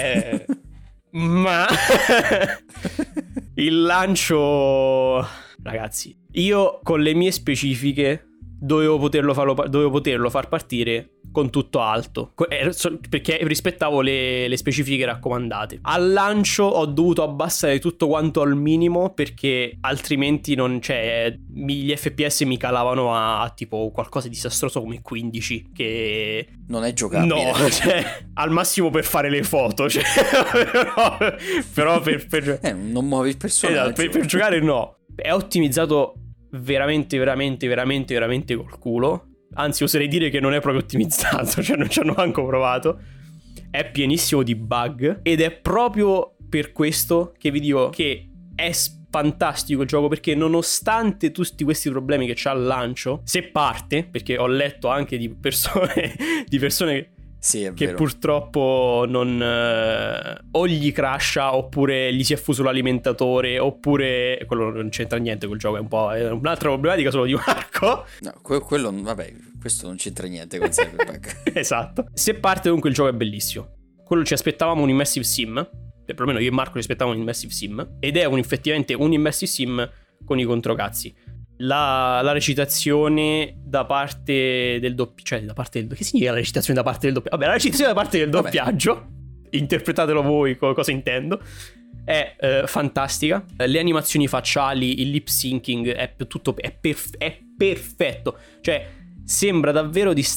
ma il lancio, ragazzi, io con le mie specifiche dovevo poterlo far partire con tutto alto, perché rispettavo le specifiche raccomandate. Al lancio ho dovuto abbassare tutto quanto al minimo, perché altrimenti gli FPS mi calavano a tipo qualcosa di disastroso come 15, che non è giocabile. No, al massimo per fare le foto, però per non muovi il personaggio. per giocare no. È ottimizzato veramente col culo. Anzi, oserei dire che non è proprio ottimizzato, cioè non ci hanno manco provato. È pienissimo di bug, ed è proprio per questo che vi dico che è fantastico il gioco, perché nonostante tutti questi problemi che c'ha al lancio, se parte, perché ho letto anche di persone sì, è che vero. Purtroppo non o gli crasha, oppure gli si è fuso l'alimentatore, oppure quello non c'entra niente col gioco, è un'altra problematica solo di Marco. No, quello vabbè, questo non c'entra niente con Cyberpunk. Esatto. Se parte, comunque il gioco è bellissimo. Quello ci aspettavamo un immersive sim, perlomeno io e Marco ci aspettavamo un immersive sim, ed è effettivamente un immersive sim con i controcazzi. La recitazione da parte del che significa la recitazione da parte del doppiaggio? Vabbè, la recitazione da parte del doppiaggio, interpretatelo voi cosa intendo, è fantastica. Le animazioni facciali, il lip syncing è perfetto. Cioè, sembra davvero di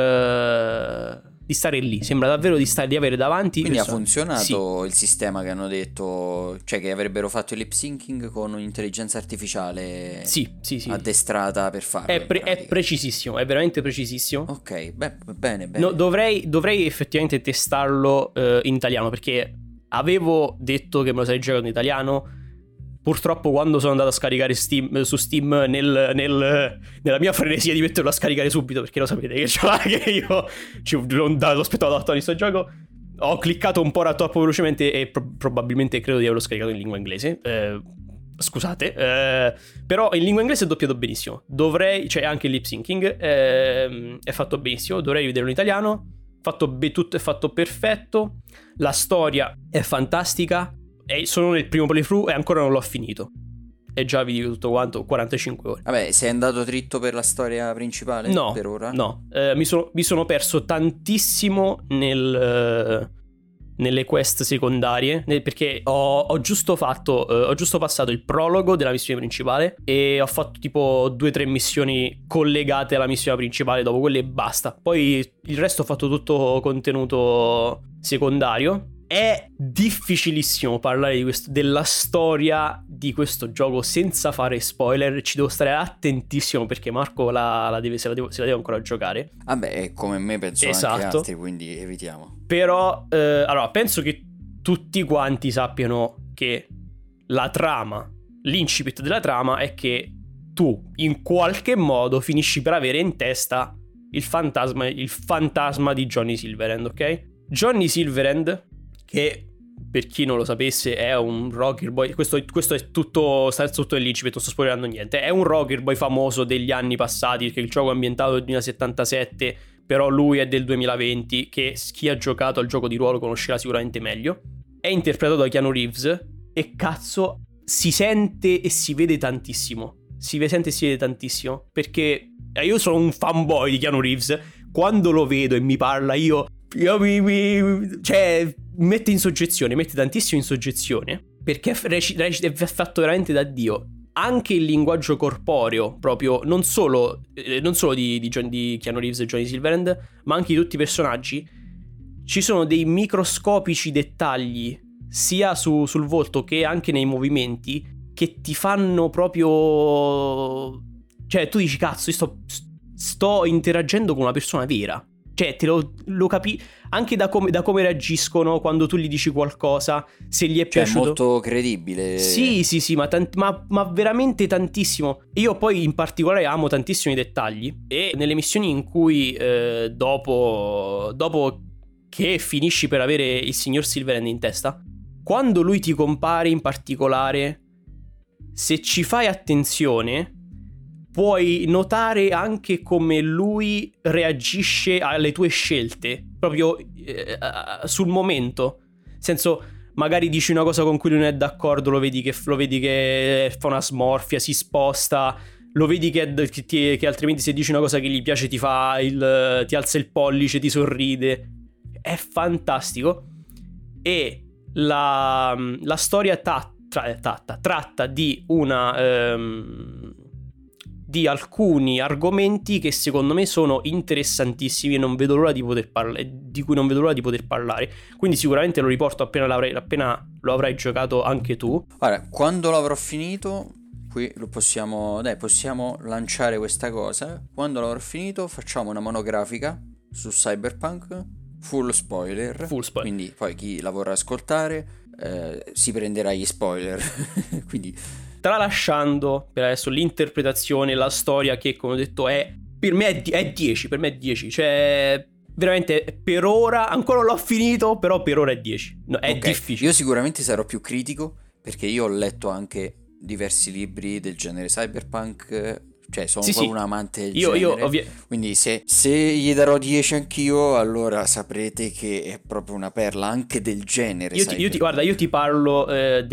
stare lì, sembra davvero di avere davanti. Quindi ha funzionato il sistema che hanno detto, cioè che avrebbero fatto il lip syncing con un'intelligenza artificiale addestrata per farlo. È precisissimo, è veramente precisissimo. Ok, bene. No, dovrei effettivamente testarlo in italiano, perché avevo detto che me lo sarei giocato in italiano. Purtroppo quando sono andato a scaricare su Steam nella mia frenesia di metterlo a scaricare subito, perché lo sapete che io l'ho aspettato 8 anni sto gioco, ho cliccato un po' troppo velocemente e probabilmente credo di averlo scaricato in lingua inglese. Scusate, però in lingua inglese è doppiato benissimo. Anche il lip syncing è fatto benissimo. Dovrei vederlo in italiano. Tutto è fatto perfetto. La storia è fantastica. E sono nel primo playthrough e ancora non l'ho finito. E già vi dico tutto quanto, 45 ore. Vabbè, sei andato dritto per la storia principale? No, per ora? No, mi sono perso tantissimo nelle quest secondarie, perché ho giusto passato il prologo della missione principale e ho fatto tipo 2-3 missioni collegate alla missione principale, dopo quelle basta. Poi il resto ho fatto tutto contenuto secondario. È difficilissimo parlare della storia di questo gioco senza fare spoiler. Ci devo stare attentissimo, perché Marco se la deve ancora giocare. Vabbè, come me penso anche altri, quindi evitiamo. Però allora penso che tutti quanti sappiano che la trama, l'incipit della trama è che tu in qualche modo finisci per avere in testa il fantasma di Johnny Silverhand, ok? Johnny Silverhand, che per chi non lo sapesse è un rocker boy, questo è tutto, sta tutto nell'incipit, non sto spoilerando niente. È un rocker boy famoso degli anni passati, perché il gioco è ambientato nel 2077, però lui è del 2020, che chi ha giocato al gioco di ruolo conoscerà sicuramente meglio. È interpretato da Keanu Reeves e cazzo si sente e si vede tantissimo. Perché io sono un fanboy di Keanu Reeves. Quando lo vedo e mi parla mette in soggezione, mette tantissimo in soggezione, perché è fatto veramente da Dio. Anche il linguaggio corporeo, proprio non solo di Keanu Reeves e Johnny Silverhand, ma anche di tutti i personaggi. Ci sono dei microscopici dettagli sia sul volto che anche nei movimenti, che ti fanno proprio Cioè, tu dici, cazzo, io sto interagendo con una persona vera. Cioè, lo capi anche da come reagiscono quando tu gli dici qualcosa, se gli è Cioè, è piaciuto. molto credibile. Sì, ma veramente tantissimo. Io poi in particolare amo tantissimo i dettagli. E nelle missioni in cui dopo che finisci per avere il signor Silverhand in testa, quando lui ti compare in particolare, se ci fai attenzione, puoi notare anche come lui reagisce alle tue scelte, proprio sul momento. Nel senso, magari dici una cosa con cui lui non è d'accordo, lo vedi che fa una smorfia, si sposta, lo vedi che altrimenti se dici una cosa che gli piace ti alza il pollice, ti sorride. È fantastico. E la storia tratta di di alcuni argomenti che secondo me sono interessantissimi e non vedo l'ora di poter di cui non vedo l'ora di poter parlare. Quindi sicuramente lo riporto appena lo avrai giocato anche tu. Ora, quando l'avrò finito, qui possiamo lanciare questa cosa. Quando l'avrò finito facciamo una monografica su Cyberpunk, full spoiler. Quindi poi chi la vorrà ascoltare si prenderà gli spoiler. Quindi, tralasciando per adesso l'interpretazione, la storia che, come ho detto, per me è 10, per me è 10, cioè veramente per ora ancora non l'ho finito, però per ora è 10. No, è difficile. Io sicuramente sarò più critico perché io ho letto anche diversi libri del genere cyberpunk, cioè sono un amante del genere. Quindi se gli darò 10 anch'io, allora saprete che è proprio una perla anche del genere. Guarda, io ti parlo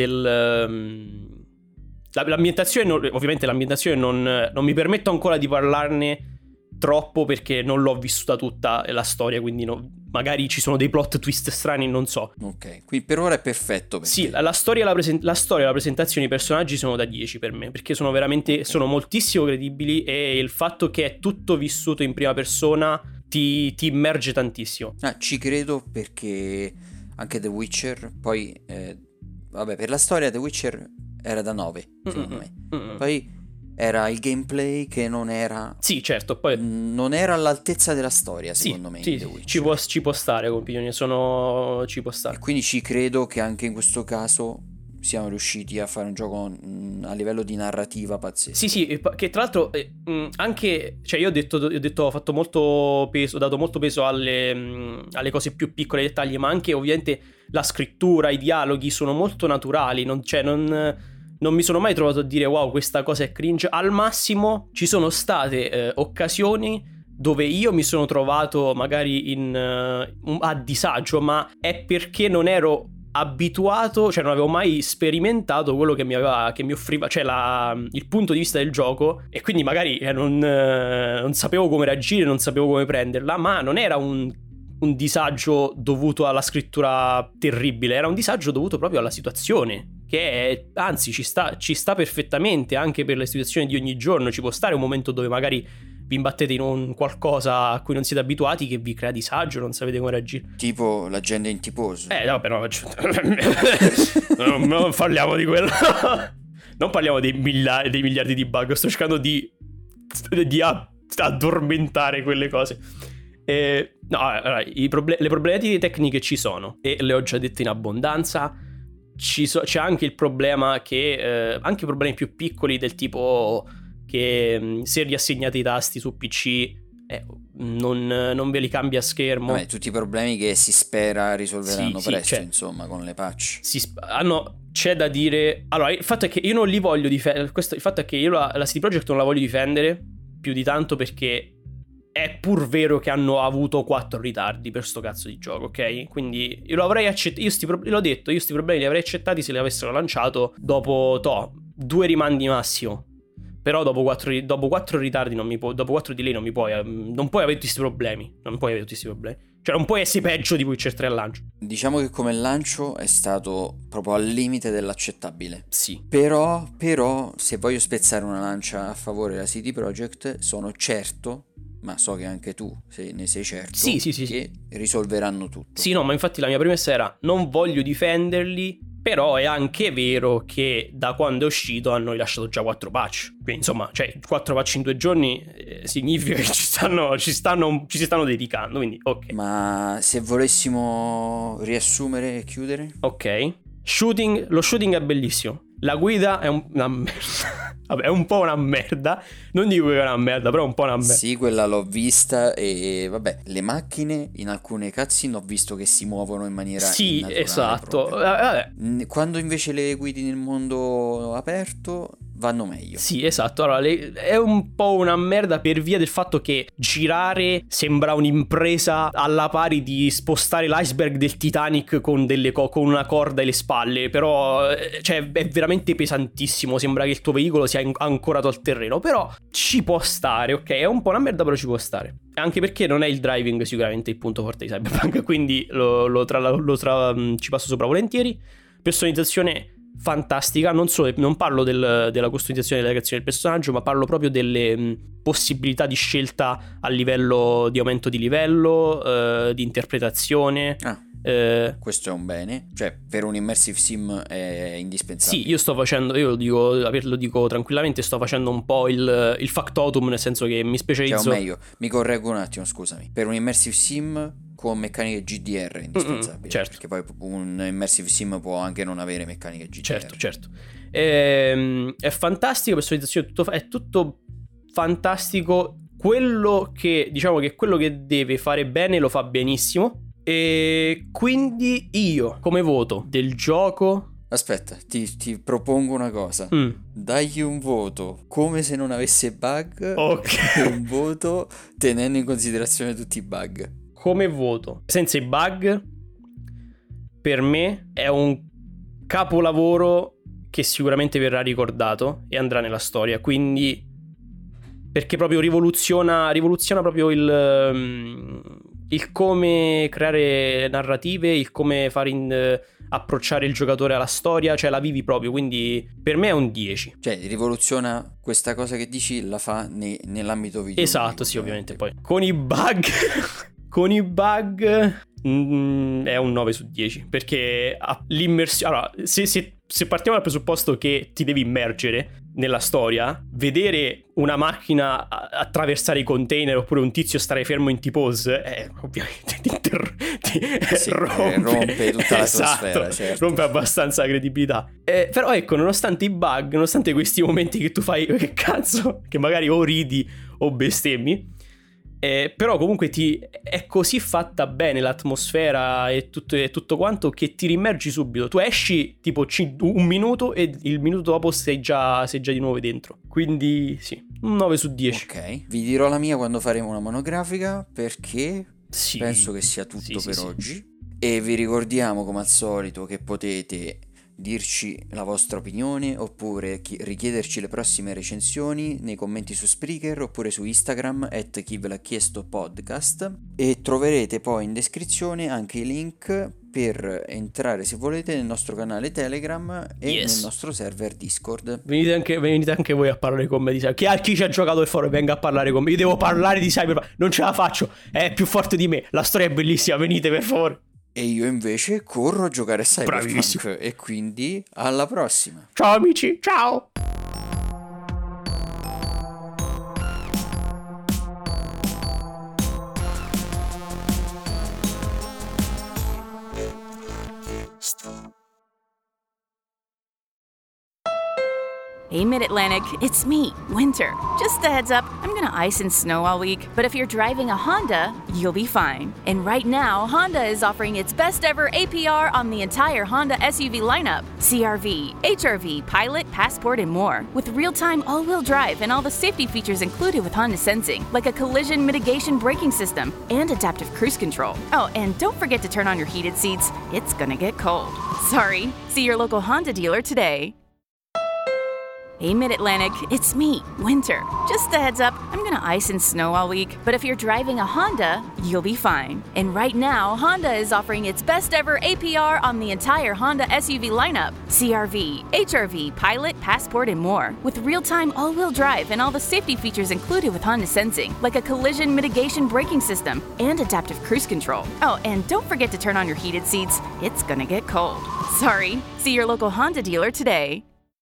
l'ambientazione, ovviamente l'ambientazione non mi permetto ancora di parlarne troppo perché non l'ho vissuta tutta la storia, quindi magari ci sono dei plot twist strani, non so. Ok, qui per ora è perfetto. Sì, la storia e la presentazione, i personaggi sono da 10 per me, perché sono veramente, sono moltissimo credibili e il fatto che è tutto vissuto in prima persona ti immerge tantissimo. Ci credo perché anche The Witcher, poi vabbè, per la storia The Witcher era da 9 secondo me. Poi era il gameplay che non era, sì, certo, poi non era all'altezza della storia, secondo me. Sì, ci può stare, compagni, ci può stare. E quindi ci credo che anche in questo caso siamo riusciti a fare un gioco a livello di narrativa pazzesco. Sì, che tra l'altro anche, cioè io ho fatto molto peso, ho dato molto peso alle cose più piccole, ai dettagli, ma anche ovviamente la scrittura, i dialoghi sono molto naturali, non mi sono mai trovato a dire wow, questa cosa è cringe. Al massimo ci sono state occasioni dove io mi sono trovato magari a disagio, ma è perché non ero abituato, cioè non avevo mai sperimentato quello che mi offriva, cioè il punto di vista del gioco, e quindi magari non sapevo come reagire, non sapevo come prenderla, ma non era un disagio dovuto alla scrittura terribile, era un disagio dovuto proprio alla situazione, anzi ci sta perfettamente anche per le situazioni di ogni giorno. Ci può stare un momento dove magari vi imbattete in un qualcosa a cui non siete abituati, che vi crea disagio, non sapete come reagire. Tipo l'agenda intiposo. No, però non parliamo di quello. Non parliamo dei miliardi di bug. Sto cercando di addormentare quelle cose. No, allora, le problematiche tecniche ci sono e le ho già dette in abbondanza. C'è anche il problema che anche problemi più piccoli del tipo che se riassegnate i tasti su PC non ve li cambia a schermo. Vabbè, tutti i problemi che si spera risolveranno presto, cioè, insomma, con le patch. C'è da dire. Allora, il fatto è che io non li voglio difendere. Il fatto è che io la CD Projekt non la voglio difendere più di tanto, perché è pur vero che hanno avuto 4 ritardi per sto cazzo di gioco, ok? Quindi io lo avrei accettato. L'ho detto, io sti problemi li avrei accettati se li avessero lanciato dopo 2 rimandi massimo. Però dopo 4 ritardi dopo 4 delay non puoi avere tutti questi problemi. Cioè non puoi essere peggio di Witcher 3 al lancio. Diciamo che come lancio è stato proprio al limite dell'accettabile. Sì. Però se voglio spezzare una lancia a favore della CD Projekt, sono certo, ma so che anche tu ne sei certo, che risolveranno tutto. Sì, no, ma infatti la mia premessa era: non voglio difenderli, Però è anche vero che da quando è uscito hanno rilasciato già 4 patch. Quindi insomma, 4 patch in 2 giorni significa che ci si stanno dedicando. Quindi ok. Ma se volessimo riassumere e chiudere? Ok. Lo shooting è bellissimo. La guida è una merda. Vabbè, è un po' una merda. Non dico che è una merda, però è un po' una merda. Sì, quella l'ho vista e vabbè, le macchine in alcune cutscene ho visto che si muovono in maniera sì, esatto. Quando invece le guidi nel mondo aperto vanno meglio. Sì, esatto. Allora, è un po' una merda per via del fatto che girare sembra un'impresa alla pari di spostare l'iceberg del Titanic con una corda alle spalle. Però, cioè, è veramente pesantissimo. Sembra che il tuo veicolo sia ancorato al terreno. Però ci può stare, ok? È un po' una merda, però ci può stare. Anche perché non è il driving sicuramente il punto forte di Cyberpunk. Quindi ci passo sopra volentieri. Personalizzazione fantastica, non parlo della customizzazione della creazione del personaggio, ma parlo proprio delle possibilità di scelta a livello di aumento di livello, di interpretazione. Questo è un bene, cioè per un immersive sim è indispensabile. Sì, io lo dico tranquillamente, sto facendo un po' il factotum, nel senso che mi specializzo. Cioè, o meglio, mi correggo un attimo, scusami. Per un immersive sim con meccaniche GDR è indispensabile. Certo. Perché poi un immersive sim può anche non avere meccaniche GDR. Certo. È fantastico, personalizzazione, è tutto fantastico. Quello che deve fare bene lo fa benissimo. E quindi io, come voto del gioco... Aspetta, ti propongo una cosa. Dagli un voto come se non avesse bug, ok, e un voto tenendo in considerazione tutti i bug. Come voto senza i bug, per me è un capolavoro che sicuramente verrà ricordato e andrà nella storia. Quindi, perché proprio rivoluziona proprio il come creare narrative, il come fare approcciare il giocatore alla storia, cioè la vivi proprio, quindi per me è un 10. Cioè rivoluziona questa cosa che dici, la fa nell'ambito video. Esatto, sì, ovviamente. Poi con i bug è un 9 su 10, perché l'immersione... Allora, se partiamo dal presupposto che ti devi immergere nella storia, vedere una macchina attraversare i container oppure un tizio stare fermo in T-pose, ovviamente rompe tutta l'atmosfera, certo. Rompe abbastanza la credibilità. Però ecco, nonostante i bug, nonostante questi momenti che tu fai che cazzo, che magari o ridi o bestemmi, però comunque è così fatta bene l'atmosfera e tutto quanto che ti rimmergi subito. Tu esci tipo un minuto e il minuto dopo sei già di nuovo dentro. Quindi sì, un 9 su 10. Ok, vi dirò la mia quando faremo una monografica, perché penso che sia tutto per oggi. E vi ricordiamo come al solito che potete dirci la vostra opinione oppure richiederci le prossime recensioni nei commenti su Spreaker oppure su Instagram @chivelachiestopodcast, e troverete poi in descrizione anche i link per entrare, se volete, nel nostro canale Telegram e nel nostro server Discord. Venite anche voi a parlare con me di Cyberpunk. Chi ci ha giocato il foro venga a parlare con me. Io devo parlare di Cyberpunk, non ce la faccio, è più forte di me, la storia è bellissima, venite per favore. E io invece corro a giocare a Cyberpunk. Bravissimo. E quindi alla prossima. Ciao amici, ciao. Hey, Mid-Atlantic, it's me, Winter. Just a heads up, I'm gonna ice and snow all week, but if you're driving a Honda, you'll be fine. And right now, Honda is offering its best ever APR on the entire Honda SUV lineup. CR-V, HR-V, Pilot, Passport, and more. With real-time all-wheel drive and all the safety features included with Honda Sensing, like a collision mitigation braking system and adaptive cruise control. Oh, and don't forget to turn on your heated seats. It's gonna get cold. Sorry. See your local Honda dealer today. Hey Mid-Atlantic, it's me, Winter. Just a heads up, I'm gonna ice and snow all week, but if you're driving a Honda, you'll be fine. And right now, Honda is offering its best ever APR on the entire Honda SUV lineup. CR-V, HR-V, Pilot, Passport, and more. With real-time all-wheel drive and all the safety features included with Honda Sensing, like a collision mitigation braking system and adaptive cruise control. Oh, and don't forget to turn on your heated seats. It's gonna get cold. Sorry. See your local Honda dealer today.